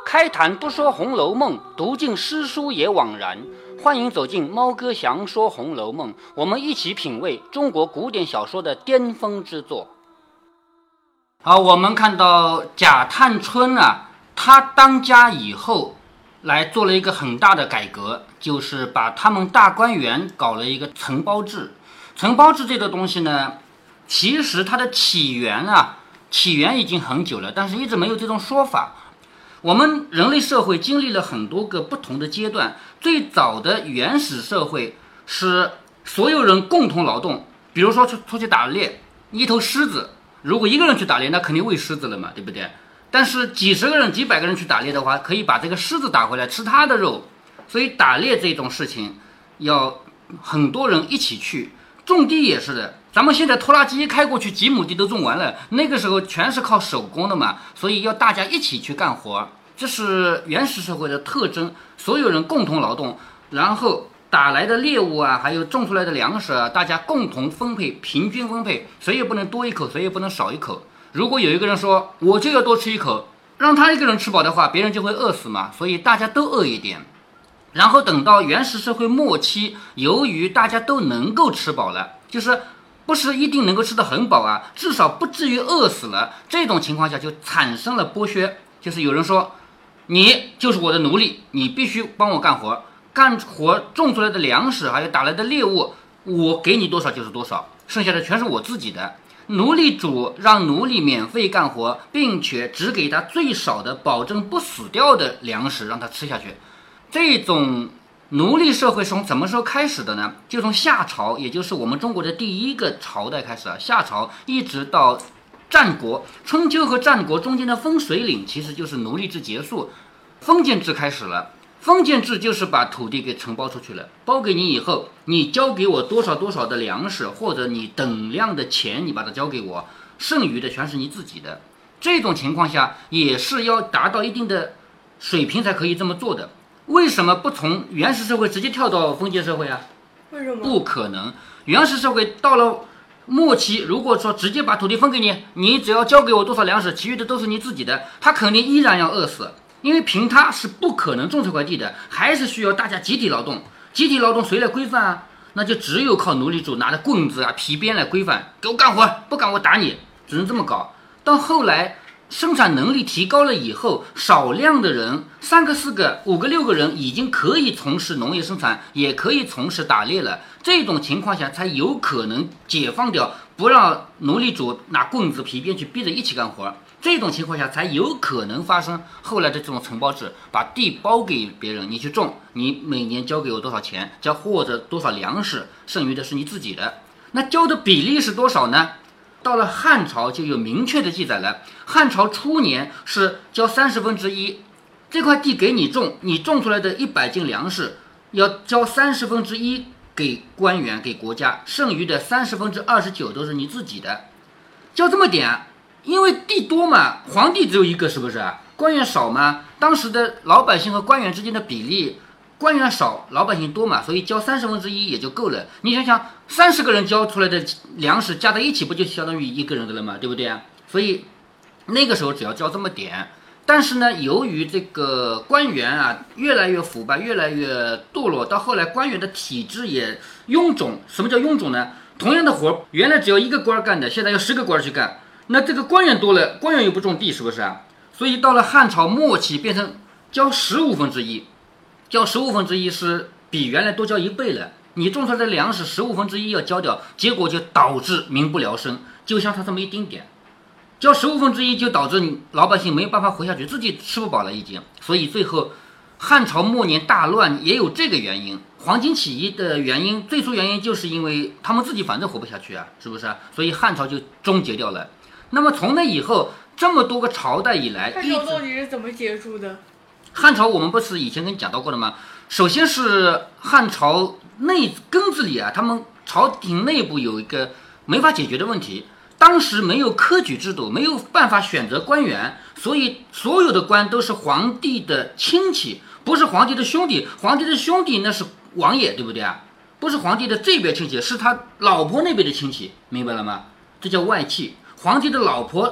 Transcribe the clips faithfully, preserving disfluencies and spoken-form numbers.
开坛不说《红楼梦》，读尽诗书也枉然。欢迎走进猫哥祥说《红楼梦》，我们一起品味中国古典小说的巅峰之作。好，我们看到贾探春啊，他当家以后，来做了一个很大的改革，就是把他们大观园搞了一个承包制。承包制这个东西呢，其实它的起源啊，起源已经很久了，但是一直没有这种说法。我们人类社会经历了很多个不同的阶段，最早的原始社会是所有人共同劳动，比如说出出去打猎，一头狮子，如果一个人去打猎，那肯定喂狮子了嘛，对不对？但是几十个人、几百个人去打猎的话，可以把这个狮子打回来吃它的肉，所以打猎这种事情要很多人一起去。种地也是的，咱们现在拖拉机开过去，几亩地都种完了，那个时候全是靠手工的嘛，所以要大家一起去干活，这是原始社会的特征，所有人共同劳动，然后打来的猎物啊，还有种出来的粮食啊，大家共同分配，平均分配，谁也不能多一口，谁也不能少一口。如果有一个人说我就要多吃一口，让他一个人吃饱的话，别人就会饿死嘛，所以大家都饿一点。然后等到原始社会末期，由于大家都能够吃饱了，就是不是一定能够吃得很饱啊，至少不至于饿死了，这种情况下就产生了剥削，就是有人说你就是我的奴隶，你必须帮我干活，干活种出来的粮食还有打来的猎物，我给你多少就是多少，剩下的全是我自己的。奴隶主让奴隶免费干活，并且只给他最少的保证不死掉的粮食让他吃下去。这种奴隶社会从什么时候开始的呢？就从夏朝，也就是我们中国的第一个朝代开始啊，夏朝一直到战国，春秋和战国中间的分水岭其实就是奴隶制结束，封建制开始了。封建制就是把土地给承包出去了，包给你以后，你交给我多少多少的粮食，或者你等量的钱，你把它交给我，剩余的全是你自己的。这种情况下也是要达到一定的水平才可以这么做的。为什么不从原始社会直接跳到封建社会啊？ 为什么？ 不可能。原始社会到了末期，如果说直接把土地分给你，你只要交给我多少粮食，其余的都是你自己的，他肯定依然要饿死，因为凭他是不可能种这块地的，还是需要大家集体劳动。集体劳动谁来规范啊？那就只有靠奴隶主拿着棍子啊、皮鞭来规范，给我干活，不干我打你，只能这么搞。到后来生产能力提高了以后，少量的人，三个、四个、五个、六个人已经可以从事农业生产，也可以从事打猎了。这种情况下才有可能解放掉，不让奴隶主拿棍子、皮鞭去逼着一起干活。这种情况下才有可能发生后来的这种承包制，把地包给别人，你去种，你每年交给我多少钱，交或者多少粮食，剩余的是你自己的。那交的比例是多少呢？到了汉朝就有明确的记载了，汉朝初年是交三十分之一，这块地给你种，你种出来的一百斤粮食要交三十分之一给官员给国家，剩余的三十分之二十九都是你自己的。交这么点，因为地多嘛，皇帝只有一个，是不是？官员少嘛，当时的老百姓和官员之间的比例，官员少，老百姓多嘛，所以交三十分之一也就够了。你想想，三十个人交出来的粮食加在一起，不就相当于一个人的了吗？对不对啊？所以那个时候只要交这么点。但是呢，由于这个官员啊越来越腐败，越来越堕落，到后来官员的体制也臃肿。什么叫臃肿呢？同样的活，原来只要一个官干的，现在要十个官去干。那这个官员多了，官员又不种地，是不是啊？所以到了汉朝末期，变成交十五分之一。交十五分之一是比原来多交一倍了，你种出来的粮食十五分之一要交掉，结果就导致民不聊生，就像他这么一丁点，交十五分之一就导致老百姓没有办法活下去，自己吃不饱了已经。所以最后汉朝末年大乱也有这个原因，黄巾起义的原因，最初原因就是因为他们自己反正活不下去啊，是不是？所以汉朝就终结掉了。那么从那以后这么多个朝代以来， 汉朝到底是怎么结束的？ 汉朝我们不是以前跟你讲到过的吗？首先是汉朝内根子里啊，他们朝廷内部有一个没法解决的问题，当时没有科举制度，没有办法选择官员，所以所有的官都是皇帝的亲戚，不是皇帝的兄弟。皇帝的兄弟那是王爷，对不对啊？不是皇帝的这边亲戚，是他老婆那边的亲戚，明白了吗？这叫外戚。皇帝的老婆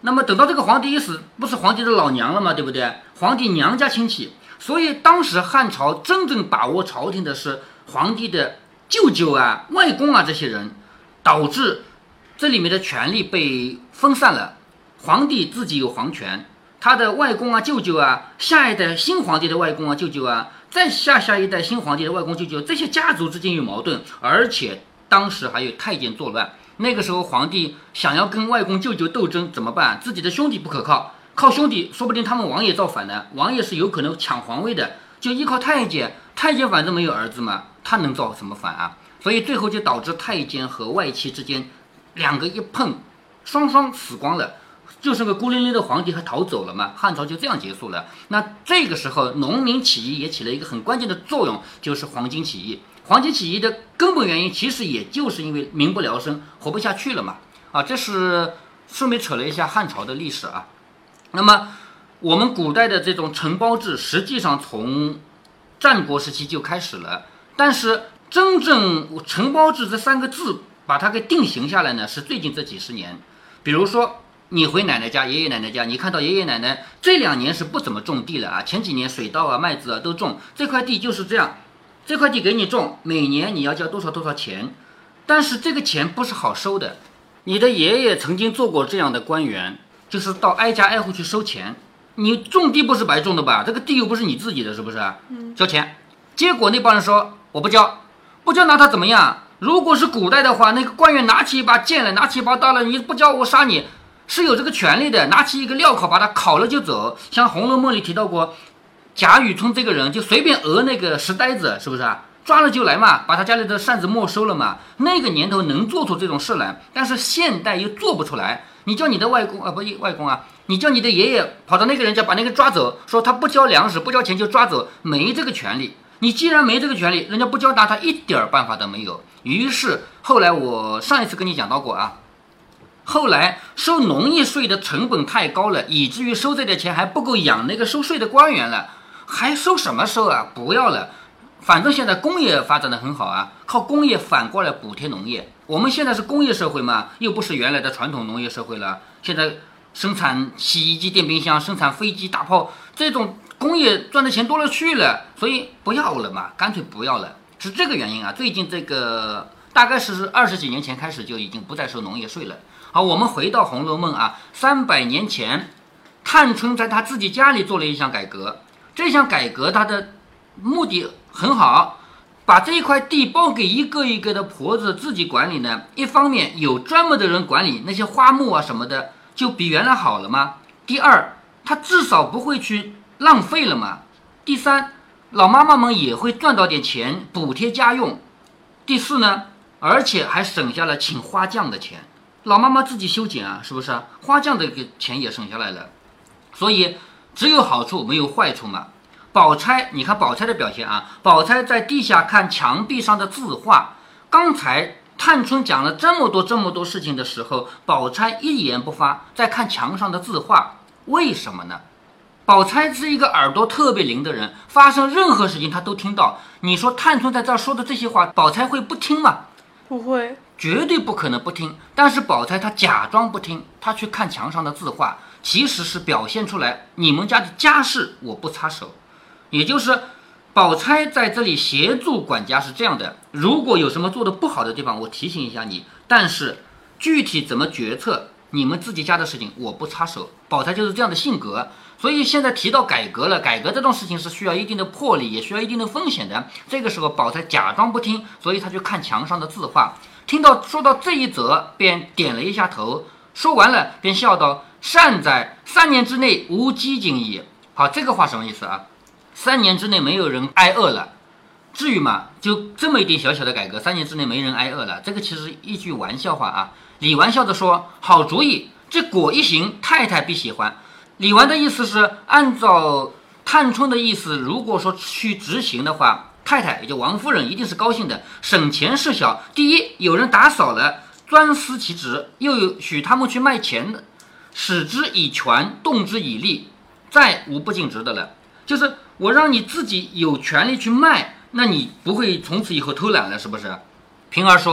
那么等到这个皇帝一死，不是皇帝的老娘了吗？对不对？皇帝娘家亲戚，所以当时汉朝真正把握朝廷的是皇帝的舅舅啊、外公啊这些人，导致这里面的权力被分散了。皇帝自己有皇权，他的外公啊、舅舅啊，下一代新皇帝的外公啊、舅舅啊，再下下一代新皇帝的外公舅舅，这些家族之间有矛盾，而且当时还有太监作乱。那个时候皇帝想要跟外公舅舅斗争怎么办？自己的兄弟不可靠，靠兄弟说不定他们王爷造反呢，王爷是有可能抢皇位的，就依靠太监，太监反正没有儿子嘛，他能造什么反啊？所以最后就导致太监和外戚之间两个一碰，双双死光了，就剩个孤零零的皇帝还逃走了嘛，汉朝就这样结束了。那这个时候农民起义也起了一个很关键的作用，就是黄巾起义。黄巾起义的根本原因其实也就是因为民不聊生，活不下去了嘛。啊，这是顺便扯了一下汉朝的历史啊。那么我们古代的这种承包制实际上从战国时期就开始了，但是真正承包制这三个字把它给定型下来呢，是最近这几十年。比如说你回奶奶家、爷爷奶奶家，你看到爷爷奶奶这两年是不怎么种地了啊，前几年水稻啊、麦子啊都种，这块地就是这样。这块地给你种，每年你要交多少多少钱，但是这个钱不是好收的。你的爷爷曾经做过这样的官员，就是到挨家挨户去收钱。你种地不是白种的吧？这个地又不是你自己的，是不是？嗯，交钱。结果那帮人说我不交，不交拿他怎么样？如果是古代的话，那个官员拿起一把剑来，拿起一把刀来，你不交我杀你，是有这个权利的。拿起一个镣铐把他烤了就走。像《红楼梦》里提到过。贾雨村这个人就随便讹那个石呆子，是不是啊？抓了就来嘛，把他家里的扇子没收了嘛。那个年头能做出这种事来，但是现代又做不出来。你叫你的外公啊，不外公啊，你叫你的爷爷跑到那个人家把那个抓走，说他不交粮食不交钱就抓走，没这个权利。你既然没这个权利，人家不交拿他一点办法都没有。于是后来我上一次跟你讲到过啊，后来收农业税的成本太高了，以至于收这点钱还不够养那个收税的官员了。还收什么收啊？不要了，反正现在工业发展的很好啊，靠工业反过来补贴农业。我们现在是工业社会嘛，又不是原来的传统农业社会了。现在生产洗衣机、电冰箱，生产飞机、大炮，这种工业赚的钱多了去了，所以不要了嘛，干脆不要了，是这个原因啊。最近这个大概是二十几年前开始就已经不再收农业税了。好，我们回到《红楼梦》啊，三百年前，探春在他自己家里做了一项改革。这项改革它的目的很好，把这一块地包给一个一个的婆子自己管理呢。一方面有专门的人管理那些花木啊什么的，就比原来好了嘛。第二，他至少不会去浪费了嘛。第三，老妈妈们也会赚到点钱补贴家用。第四呢，而且还省下了请花匠的钱，老妈妈自己修剪啊，是不是啊？花匠的钱也省下来了，所以只有好处没有坏处嘛。宝钗，你看宝钗的表现啊，宝钗在地下看墙壁上的字画。刚才探春讲了这么多这么多事情的时候，宝钗一言不发，在看墙上的字画。为什么呢？宝钗是一个耳朵特别灵的人，发生任何事情她都听到。你说探春在这儿说的这些话，宝钗会不听吗？ 不会， 绝对不可能不听。但是宝钗她假装不听，她去看墙上的字画，其实是表现出来你们家的家事我不插手。也就是宝钗在这里协助管家是这样的，如果有什么做的不好的地方，我提醒一下你，但是具体怎么决策，你们自己家的事情我不插手。宝钗就是这样的性格。所以现在提到改革了，改革这种事情是需要一定的魄力，也需要一定的风险的。这个时候宝钗假装不听，所以他去看墙上的字画，听到说到这一则便点了一下头，说完了便笑道：善哉，三年之内无饥馑矣。好，这个话什么意思啊？三年之内没有人挨饿了，至于吗？就这么一点小小的改革，三年之内没人挨饿了，这个其实一句玩笑话啊。李纨笑着说：好主意，这果一行，太太必喜欢。李纨的意思是按照探春的意思，如果说去执行的话，太太也就王夫人一定是高兴的，省钱事小。第一，有人打扫了，专司其职，又有许他们去卖钱的，使之以权，动之以利，再无不尽职的了。就是我让你自己有权利去卖，那你不会从此以后偷懒了，是不是？平儿说：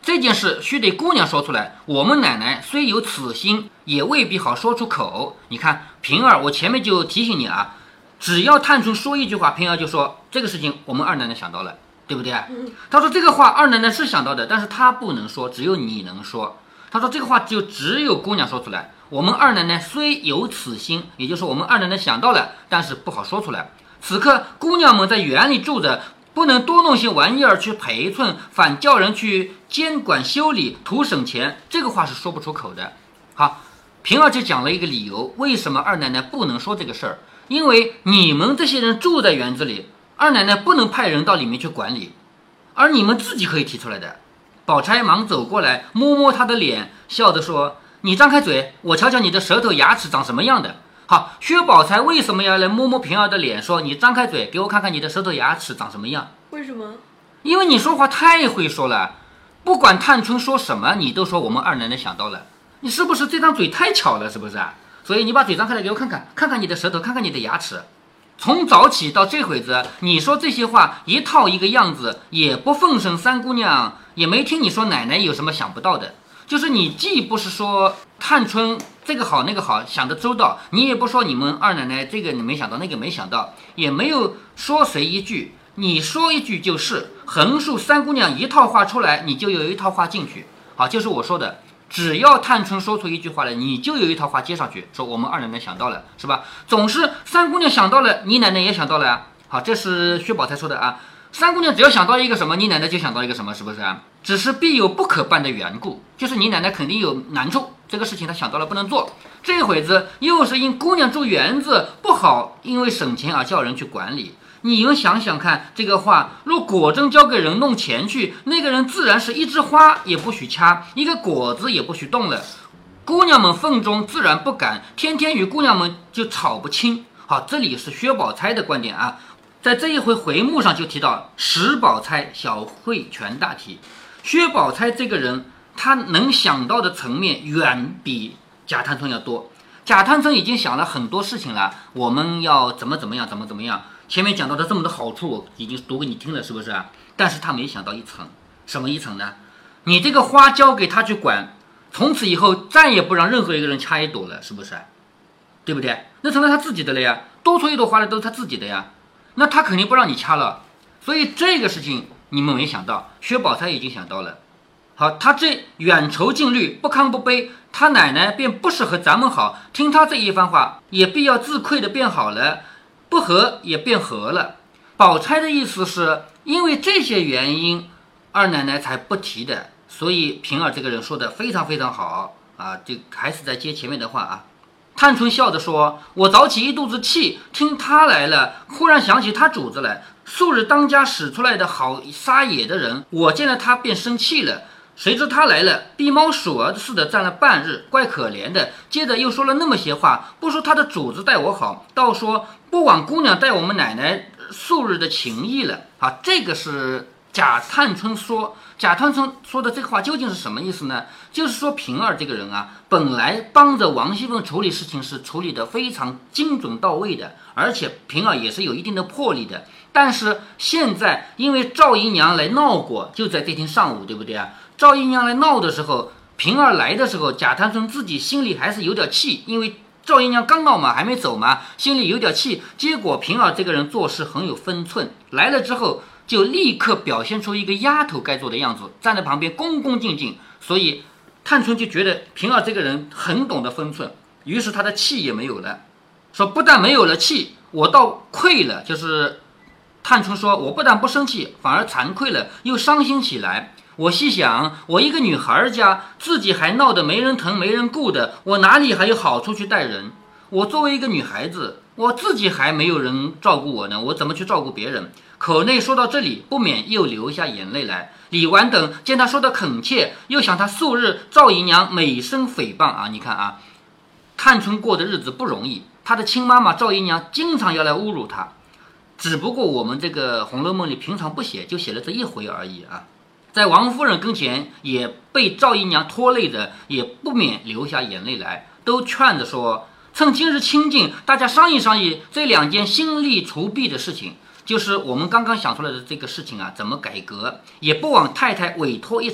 这件事须得姑娘说出来，我们奶奶虽有此心，也未必好说出口。你看平儿，我前面就提醒你啊，只要探春说一句话，平儿就说这个事情我们二奶奶想到了，对不对？他说这个话二奶奶是想到的，但是她不能说，只有你能说。他说这个话就只有姑娘说出来，我们二奶奶虽有此心，也就是说我们二奶奶想到了，但是不好说出来。此刻姑娘们在园里住着，不能多弄些玩意儿去陪衬，反叫人去监管修理，图省钱，这个话是说不出口的。好，平儿就讲了一个理由，为什么二奶奶不能说这个事儿？因为你们这些人住在园子里，二奶奶不能派人到里面去管理，而你们自己可以提出来的。宝钗忙走过来，摸摸她的脸，笑着说：“你张开嘴，我瞧瞧你的舌头牙齿长什么样的。”好，薛宝钗为什么要来摸摸平儿的脸，说你张开嘴给我看看你的舌头牙齿长什么样？ 为什么？ 因为你说话太会说了，不管探春说什么，你都说我们二奶奶想到了，你是不是这张嘴太巧了？是不是啊？所以你把嘴张开来给我看看，看看你的舌头，看看你的牙齿。从早起到这会子，你说这些话一套一个样子，也不奉承三姑娘，也没听你说奶奶有什么想不到的。就是你既不是说探春这个好那个好想得周到，你也不说你们二奶奶这个你没想到那个没想到，也没有说谁一句，你说一句就是，横竖三姑娘一套话出来，你就有一套话进去。好，就是我说的，只要探春说出一句话来，你就有一套话接上去，说我们二奶奶想到了，是吧？总是三姑娘想到了，你奶奶也想到了啊。好，这是薛宝钗说的啊。三姑娘只要想到一个什么，你奶奶就想到一个什么，是不是啊？只是必有不可办的缘故，就是你奶奶肯定有难处，这个事情她想到了不能做。这会子又是因姑娘住园子不好，因为省钱而叫人去管理。你们想想看，这个话若果真交给人弄钱去，那个人自然是一枝花也不许掐，一个果子也不许动了。姑娘们愤中自然不敢，天天与姑娘们就吵不清。好，这里是薛宝钗的观点啊。在这一回回目上就提到史宝钗小会全大题。薛宝钗这个人，她能想到的层面远比贾探春要多。贾探春已经想了很多事情了，我们要怎么怎么样怎么怎么样，前面讲到的这么多好处我已经读给你听了，是不是啊？但是他没想到一层，什么一层呢？你这个花交给他去管，从此以后再也不让任何一个人掐一朵了，是不是？对不对？那成了他自己的了呀，多出一朵花来都是他自己的呀，那他肯定不让你掐了。所以这个事情你们没想到，薛宝钗已经想到了。好，他这远愁近虑，不康不悲，他奶奶便不是和咱们好，听他这一番话，也必要自愧的变好了，不和也变和了。宝钗的意思是因为这些原因，二奶奶才不提的。所以平儿这个人说的非常非常好啊，就还是在接前面的话啊。探春笑着说：“我早起一肚子气，听他来了，忽然想起他主子来，素日当家使出来的好撒野的人，我见了他便生气了。谁知他来了，逼猫鼠儿似的站了半日，怪可怜的。接着又说了那么些话，不说他的主子待我好，倒说不枉姑娘待我们奶奶素日的情谊了。好，这个是贾探春说。贾探春说的这个话究竟是什么意思呢？就是说平儿这个人啊，本来帮着王熙凤处理事情是处理的非常精准到位的，而且平儿也是有一定的魄力的。但是现在因为赵姨娘来闹过，就在这天上午，对不对啊？赵姨娘来闹的时候，平儿来的时候，贾探春自己心里还是有点气，因为赵姨娘刚闹嘛，还没走嘛，心里有点气。结果平儿这个人做事很有分寸，来了之后就立刻表现出一个丫头该做的样子，站在旁边恭恭敬敬。所以探春就觉得平儿这个人很懂得分寸，于是她的气也没有了，说不但没有了气，我倒愧了。就是探春说，我不但不生气，反而惭愧了，又伤心起来。我细想，我一个女孩家，自己还闹得没人疼没人顾的，我哪里还有好处去待人？我作为一个女孩子，我自己还没有人照顾我呢，我怎么去照顾别人？口内说到这里，不免又流下眼泪来。李纨等见他说的恳切，又想他素日赵姨娘美声诽谤啊，你看啊，探春过的日子不容易，她的亲妈妈赵姨娘经常要来侮辱她，只不过我们这个《红楼梦》里平常不写，就写了这一回而已啊。在王夫人跟前也被赵姨娘拖累着，也不免流下眼泪来，都劝着说，趁今日清静，大家商议商议这两件心力除弊的事情，就是我们刚刚想出来的这个事情啊，怎么改革，也不枉太太委托一场。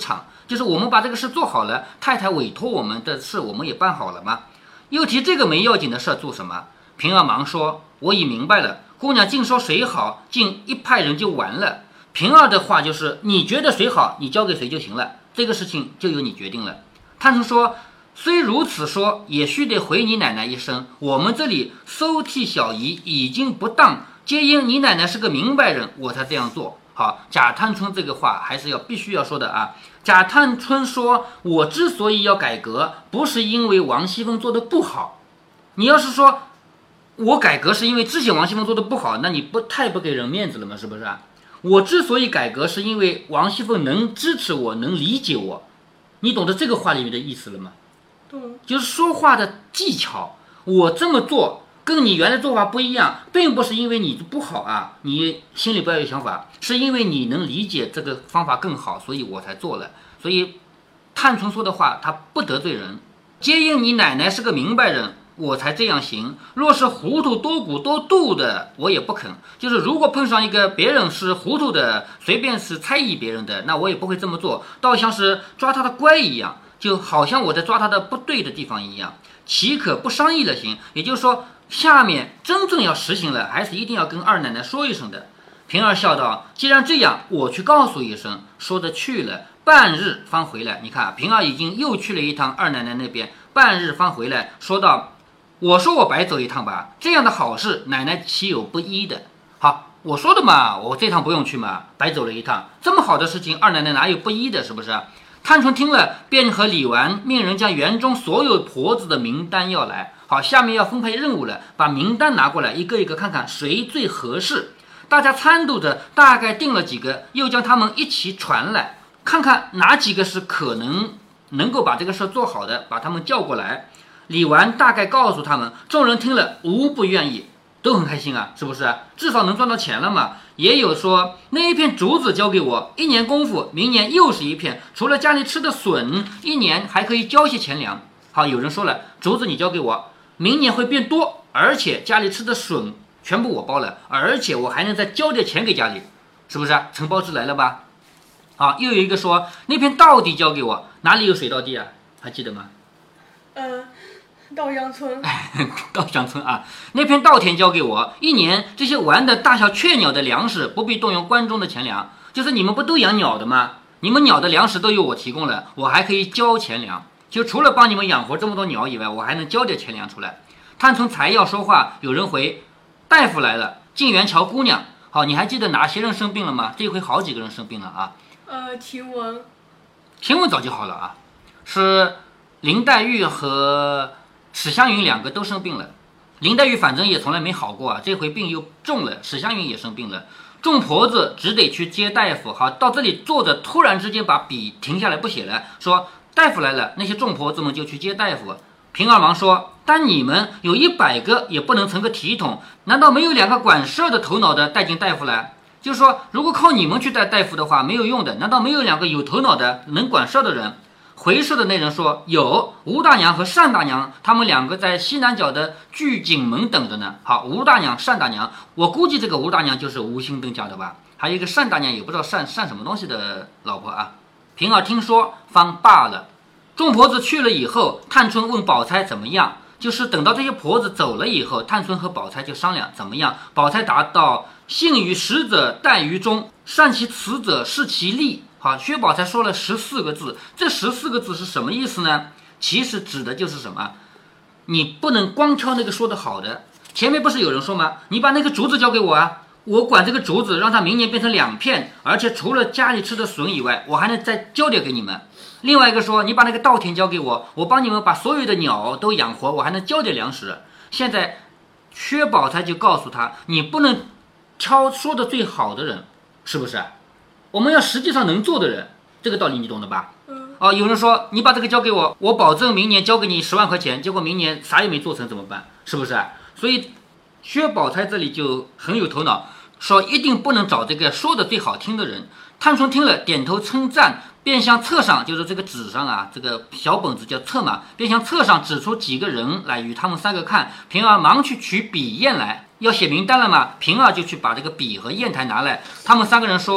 就是我们把这个事做好了，太太委托我们的事我们也办好了吗？又提这个没要紧的事做什么？平儿忙说，我已明白了，姑娘净说谁好，竟一派人就完了。平儿的话就是，你觉得谁好，你交给谁就行了，这个事情就由你决定了。探春说，虽如此说，也须得回你奶奶一声，我们这里收替小姨已经不当，皆因你奶奶是个明白人，我才这样做。好，贾探春这个话还是要必须要说的啊。贾探春说，我之所以要改革，不是因为王熙凤做的不好。你要是说我改革是因为之前王熙凤做的不好，那你不太不给人面子了吗？是不是啊？我之所以改革，是因为王熙凤能支持我，能理解我。你懂得这个话里面的意思了吗？ 懂。 就是说话的技巧。我这么做跟你原来做法不一样，并不是因为你不好啊，你心里不要有想法，是因为你能理解这个方法更好，所以我才做了。所以探春说的话他不得罪人，皆因你奶奶是个明白人，我才这样行。若是糊涂多骨多度的，我也不肯。就是如果碰上一个别人是糊涂的，随便是猜疑别人的，那我也不会这么做，倒像是抓他的乖一样，就好像我在抓他的不对的地方一样，岂可不商议了行？也就是说，下面真正要实行了，还是一定要跟二奶奶说一声的。平儿笑道，既然这样，我去告诉一声。说着去了，半日方回来。你看，平儿已经又去了一趟二奶奶那边，半日方回来，说道，我说我白走一趟吧，这样的好事，奶奶岂有不依的？好，我说的嘛，我这趟不用去嘛，白走了一趟，这么好的事情，二奶奶哪有不依的？是不是？探春听了，便和李纨命人将园中所有婆子的名单要来。好，下面要分配任务了，把名单拿过来，一个一个看看谁最合适。大家参度着，大概定了几个，又将他们一起传来，看看哪几个是可能能够把这个事做好的，把他们叫过来。李纨大概告诉他们，众人听了无不愿意，都很开心啊，是不是？至少能赚到钱了嘛。也有说，那一片竹子交给我，一年功夫，明年又是一片，除了家里吃的笋，一年还可以交些钱粮。好，有人说了，竹子你交给我，明年会变多，而且家里吃的笋全部我包了，而且我还能再交点钱给家里，是不是？承包制来了吧？好，又有一个说，那片稻地交给我，哪里有水稻地啊？还记得吗？ 呃，稻香村。 稻香村啊，那片稻田交给我，一年这些玩的大小雀鸟的粮食不必动用关中的钱粮，就是你们不都养鸟的吗？你们鸟的粮食都由我提供了，我还可以交钱粮，就除了帮你们养活这么多鸟以外，我还能交点钱粮出来。探春才要说话，有人回，大夫来了，进园瞧姑娘。好，你还记得哪些人生病了吗？这回好几个人生病了啊。 呃，晴雯。 晴雯早就好了啊，是林黛玉和史湘云两个都生病了。林黛玉反正也从来没好过啊，这回病又重了，史湘云也生病了。众婆子只得去接大夫。好，到这里坐着，突然之间把笔停下来不写了，说大夫来了，那些众婆子们就去接大夫。平儿忙说，但你们有一百个也不能成个体统，难道没有两个管事的头脑的带进大夫来？就是说，如果靠你们去带大夫的话，没有用的。难道没有两个有头脑的能管事的人？回事的那人说，有，吴大娘和单大娘，他们两个在西南角的聚景门等着呢。好，吴大娘、单大娘，我估计这个吴大娘就是吴兴登家的吧，还有一个单大娘，也不知道单单什么东西的老婆啊。平儿听说，方罢了。众婆子去了以后，探春问宝钗怎么样，就是等到这些婆子走了以后，探春和宝钗就商量怎么样。宝钗答道，信于实者待于忠，善其辞者视其利。好，薛宝钗说了十四个字，这十四个字是什么意思呢？其实指的就是什么？你不能光挑那个说的好的。前面不是有人说吗？你把那个竹子交给我啊，我管这个竹子让它明年变成两片，而且除了家里吃的笋以外，我还能再交点给你们。另外一个说，你把那个稻田交给我，我帮你们把所有的鸟都养活，我还能交点粮食。现在薛宝钗就告诉他，你不能挑说的最好的人，是不是？我们要实际上能做的人，这个道理你懂的吧？ 嗯。 哦，有人说你把这个交给我，我保证明年交给你十万块钱，结果明年啥也没做成怎么办？是不是？所以薛宝钗这里就很有头脑，说一定不能找这个说的最好听的人。探春听了点头称赞，便向册上，就是这个纸上啊，这个小本子叫册嘛，便向册上指出几个人来与他们三个看。平儿忙去取笔砚来，要写名单了嘛，平儿就去把这个笔和砚台拿来。他们三个人说，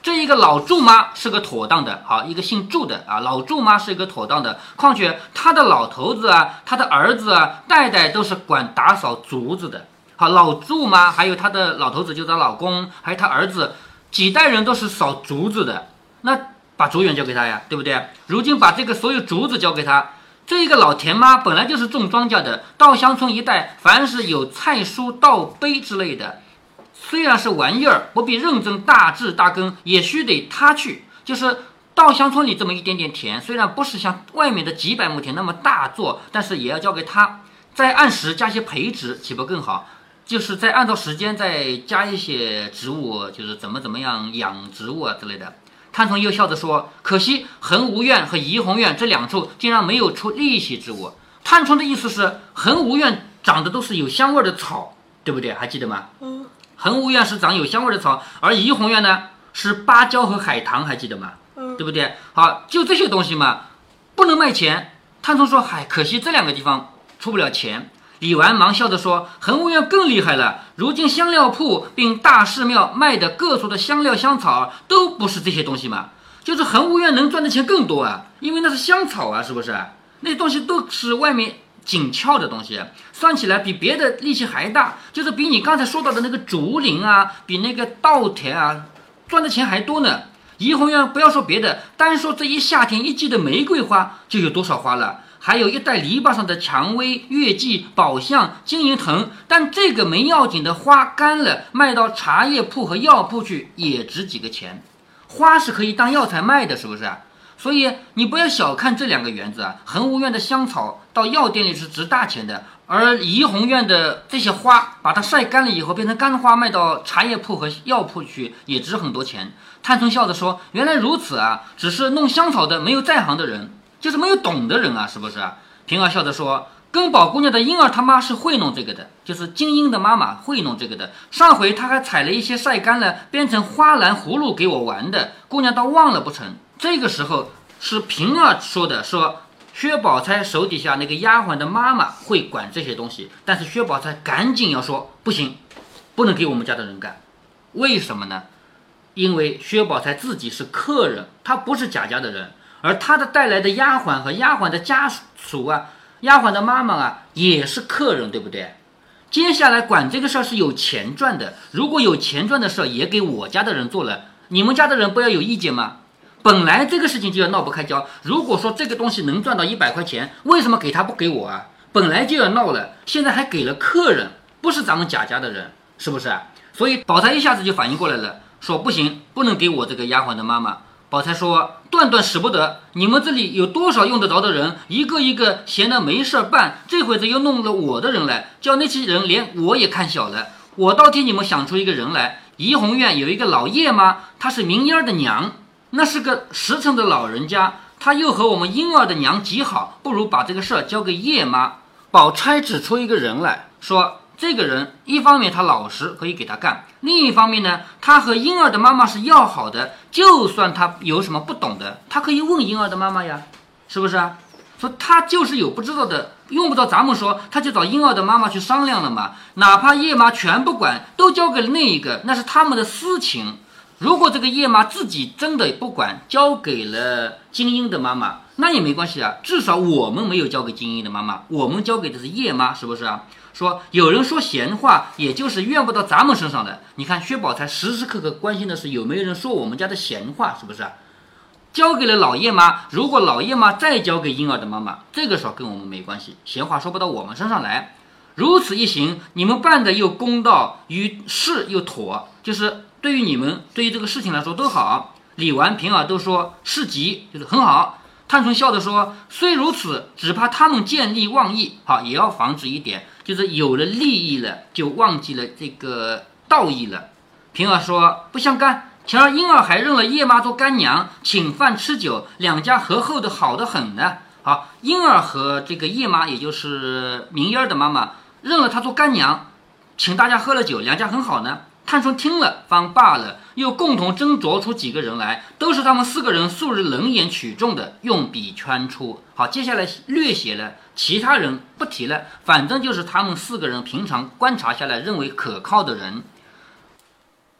这一个老祝妈是个妥当的，好，一个姓祝的啊，老祝妈是一个妥当的。况且他的老头子啊，他的儿子啊，代代都是管打扫竹子的。好，老祝妈还有他的老头子，就是他老公，还有他儿子，几代人都是扫竹子的。那把竹园交给他呀，对不对？如今把这个所有竹子交给他，这一个老田妈本来就是种庄稼的，稻香村一带凡是有菜蔬稻碑之类的，虽然是玩意儿，不必认真大治大耕，也须得他去。就是稻香村里这么一点点田，虽然不是像外面的几百亩田那么大做，但是也要交给他，再按时加些培植，岂不更好？就是再按照时间再加一些植物，就是怎么怎么样养植物啊之类的。探春又笑着说：“可惜恒芜苑和怡红院这两处竟然没有出利息之物。”探春的意思是，恒芜苑长的都是有香味的草，对不对？还记得吗？ 嗯。 恒芜苑是长有香味的草，而怡红院呢是芭蕉和海棠，还记得吗？ 嗯， 对不对？好，就这些东西嘛，不能卖钱。探春说：“嗨，可惜这两个地方出不了钱。”李纨忙笑着说：“恒芜苑更厉害了，如今香料铺并大寺庙卖的各处的香料香草都不是这些东西嘛，就是恒芜苑能赚的钱更多啊，因为那是香草啊，是不是？那东西都是外面紧俏的东西，算起来比别的利息还大，就是比你刚才说到的那个竹林啊，比那个稻田啊赚的钱还多呢。怡红院不要说别的，单说这一夏天一季的玫瑰花就有多少花了。”还有一带篱笆上的蔷薇、月季、宝相、金银藤，但这个没要紧的花干了，卖到茶叶铺和药铺去也值几个钱。花是可以当药材卖的，是不是？所以你不要小看这两个园子啊，恒芜苑的香草到药店里是值大钱的，而怡红院的这些花，把它晒干了以后变成干花，卖到茶叶铺和药铺去也值很多钱。探春笑着说：“原来如此啊，只是弄香草的没有在行的人。”就是没有懂的人啊，是不是？平儿笑着说：“跟宝姑娘的婴儿他妈是会弄这个的，就是金英的妈妈会弄这个的。上回她还采了一些晒干了，编成花篮葫芦给我玩的，姑娘倒忘了不成？”这个时候是平儿说的，说薛宝钗手底下那个丫鬟的妈妈会管这些东西，但是薛宝钗赶紧要说：“不行，不能给我们家的人干。”为什么呢？因为薛宝钗自己是客人，她不是贾家的人。而他的带来的丫鬟和丫鬟的家属啊，丫鬟的妈妈啊，也是客人，对不对？接下来管这个事儿是有钱赚的，如果有钱赚的事儿也给我家的人做了，你们家的人不要有意见吗？本来这个事情就要闹不开交，如果说这个东西能赚到一百块钱，为什么给他不给我啊？本来就要闹了，现在还给了客人，不是咱们贾家的人，是不是？所以宝钗一下子就反应过来了，说不行，不能给我这个丫鬟的妈妈。宝钗说：“断断使不得，你们这里有多少用得着的人，一个一个闲得没事办，这会子又弄了我的人来，叫那些人连我也看小了。我倒替你们想出一个人来。怡红院有一个老叶妈，她是明烟儿的娘，那是个实诚的老人家，她又和我们婴儿的娘极好，不如把这个事儿交给叶妈。”宝钗指出一个人来说，这个人一方面他老实，可以给他干，另一方面呢，他和婴儿的妈妈是要好的，就算他有什么不懂的，他可以问婴儿的妈妈呀，是不是啊？说他就是有不知道的，用不着咱们说，他就找婴儿的妈妈去商量了嘛。哪怕叶妈全不管，都交给了那一个，那是他们的私情。如果这个叶妈自己真的不管，交给了金英的妈妈，那也没关系啊，至少我们没有交给金英的妈妈，我们交给的是叶妈，是不是啊？说有人说闲话，也就是怨不到咱们身上的。你看薛宝钗时时刻刻关心的是有没有人说我们家的闲话，是不是啊？交给了老叶妈，如果老叶妈再交给婴儿的妈妈，这个时候跟我们没关系，闲话说不到我们身上来。如此一行，你们办的又公道，于事又妥，就是对于你们对于这个事情来说都好。李纨、平儿都说是吉，就是很好。探春笑着说：“虽如此，只怕他们见利忘义，好也要防止一点，就是有了利益了，就忘记了这个道义了。”平儿说：“不相干，前儿婴儿还认了叶妈做干娘，请饭吃酒，两家和厚的好得很呢。”好，婴儿和这个叶妈，也就是明烟的妈妈，认了她做干娘，请大家喝了酒，两家很好呢。探春听了方罢了，又共同斟酌出几个人来，都是他们四个人素日冷眼取中的，用笔圈出。好，接下来略写了，其他人不提了，反正就是他们四个人平常观察下来认为可靠的人。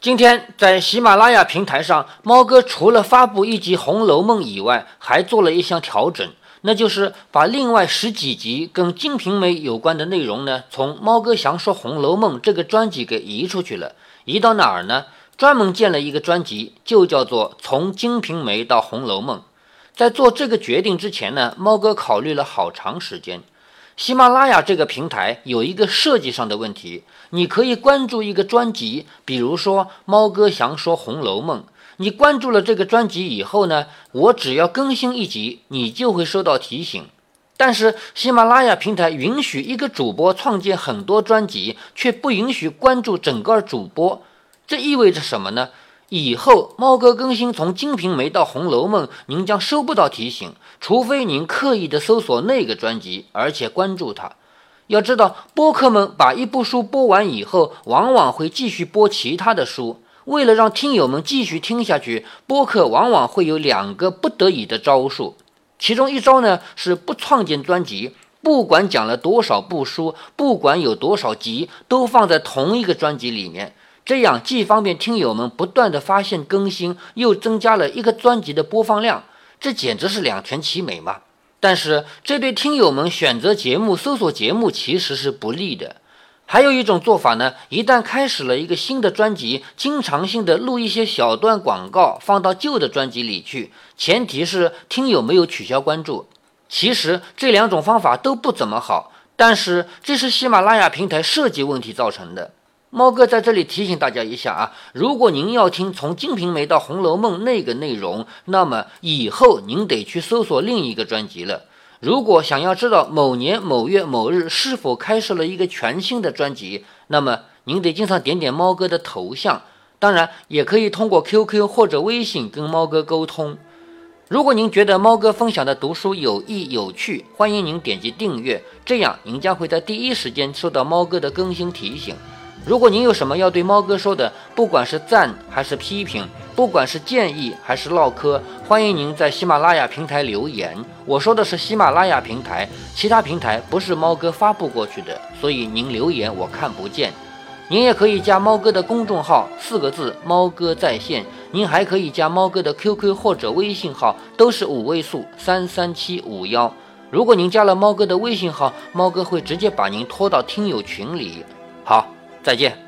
今天在喜马拉雅平台上，猫哥除了发布一集《红楼梦》以外，还做了一项调整，那就是把另外十几集跟《金瓶梅》有关的内容呢，从猫哥详说《红楼梦》这个专辑给移出去了。移到哪儿呢？专门建了一个专辑，就叫做《从金瓶梅到红楼梦》。在做这个决定之前呢，猫哥考虑了好长时间。喜马拉雅这个平台有一个设计上的问题，你可以关注一个专辑，比如说猫哥详说《红楼梦》，你关注了这个专辑以后呢，我只要更新一集，你就会收到提醒。但是喜马拉雅平台允许一个主播创建很多专辑，却不允许关注整个主播，这意味着什么呢？以后猫哥更新从《金瓶梅》到《红楼梦》，您将收不到提醒，除非您刻意的搜索那个专辑，而且关注它。要知道，播客们把一部书播完以后，往往会继续播其他的书。为了让听友们继续听下去，播客往往会有两个不得已的招数。其中一招呢，是不创建专辑，不管讲了多少部书，不管有多少集，都放在同一个专辑里面。这样既方便听友们不断的发现更新，又增加了一个专辑的播放量，这简直是两全其美嘛。但是这对听友们选择节目、搜索节目其实是不利的。还有一种做法呢，一旦开始了一个新的专辑，经常性的录一些小段广告放到旧的专辑里去，前提是听友没有取消关注。其实这两种方法都不怎么好，但是这是喜马拉雅平台设计问题造成的。猫哥在这里提醒大家一下啊，如果您要听从《金瓶梅》到《红楼梦》那个内容，那么以后您得去搜索另一个专辑了。如果想要知道某年某月某日是否开设了一个全新的专辑，那么您得经常点点猫哥的头像，当然也可以通过 Q Q 或者微信跟猫哥沟通。如果您觉得猫哥分享的读书有益有趣，欢迎您点击订阅，这样您将会在第一时间收到猫哥的更新提醒。如果您有什么要对猫哥说的，不管是赞还是批评，不管是建议还是唠嗑，欢迎您在喜马拉雅平台留言。我说的是喜马拉雅平台，其他平台不是猫哥发布过去的，所以您留言我看不见。您也可以加猫哥的公众号，四个字，猫哥在线。您还可以加猫哥的 Q Q 或者微信号，都是五位数三三七五一。如果您加了猫哥的微信号，猫哥会直接把您拖到听友群里。好，再见。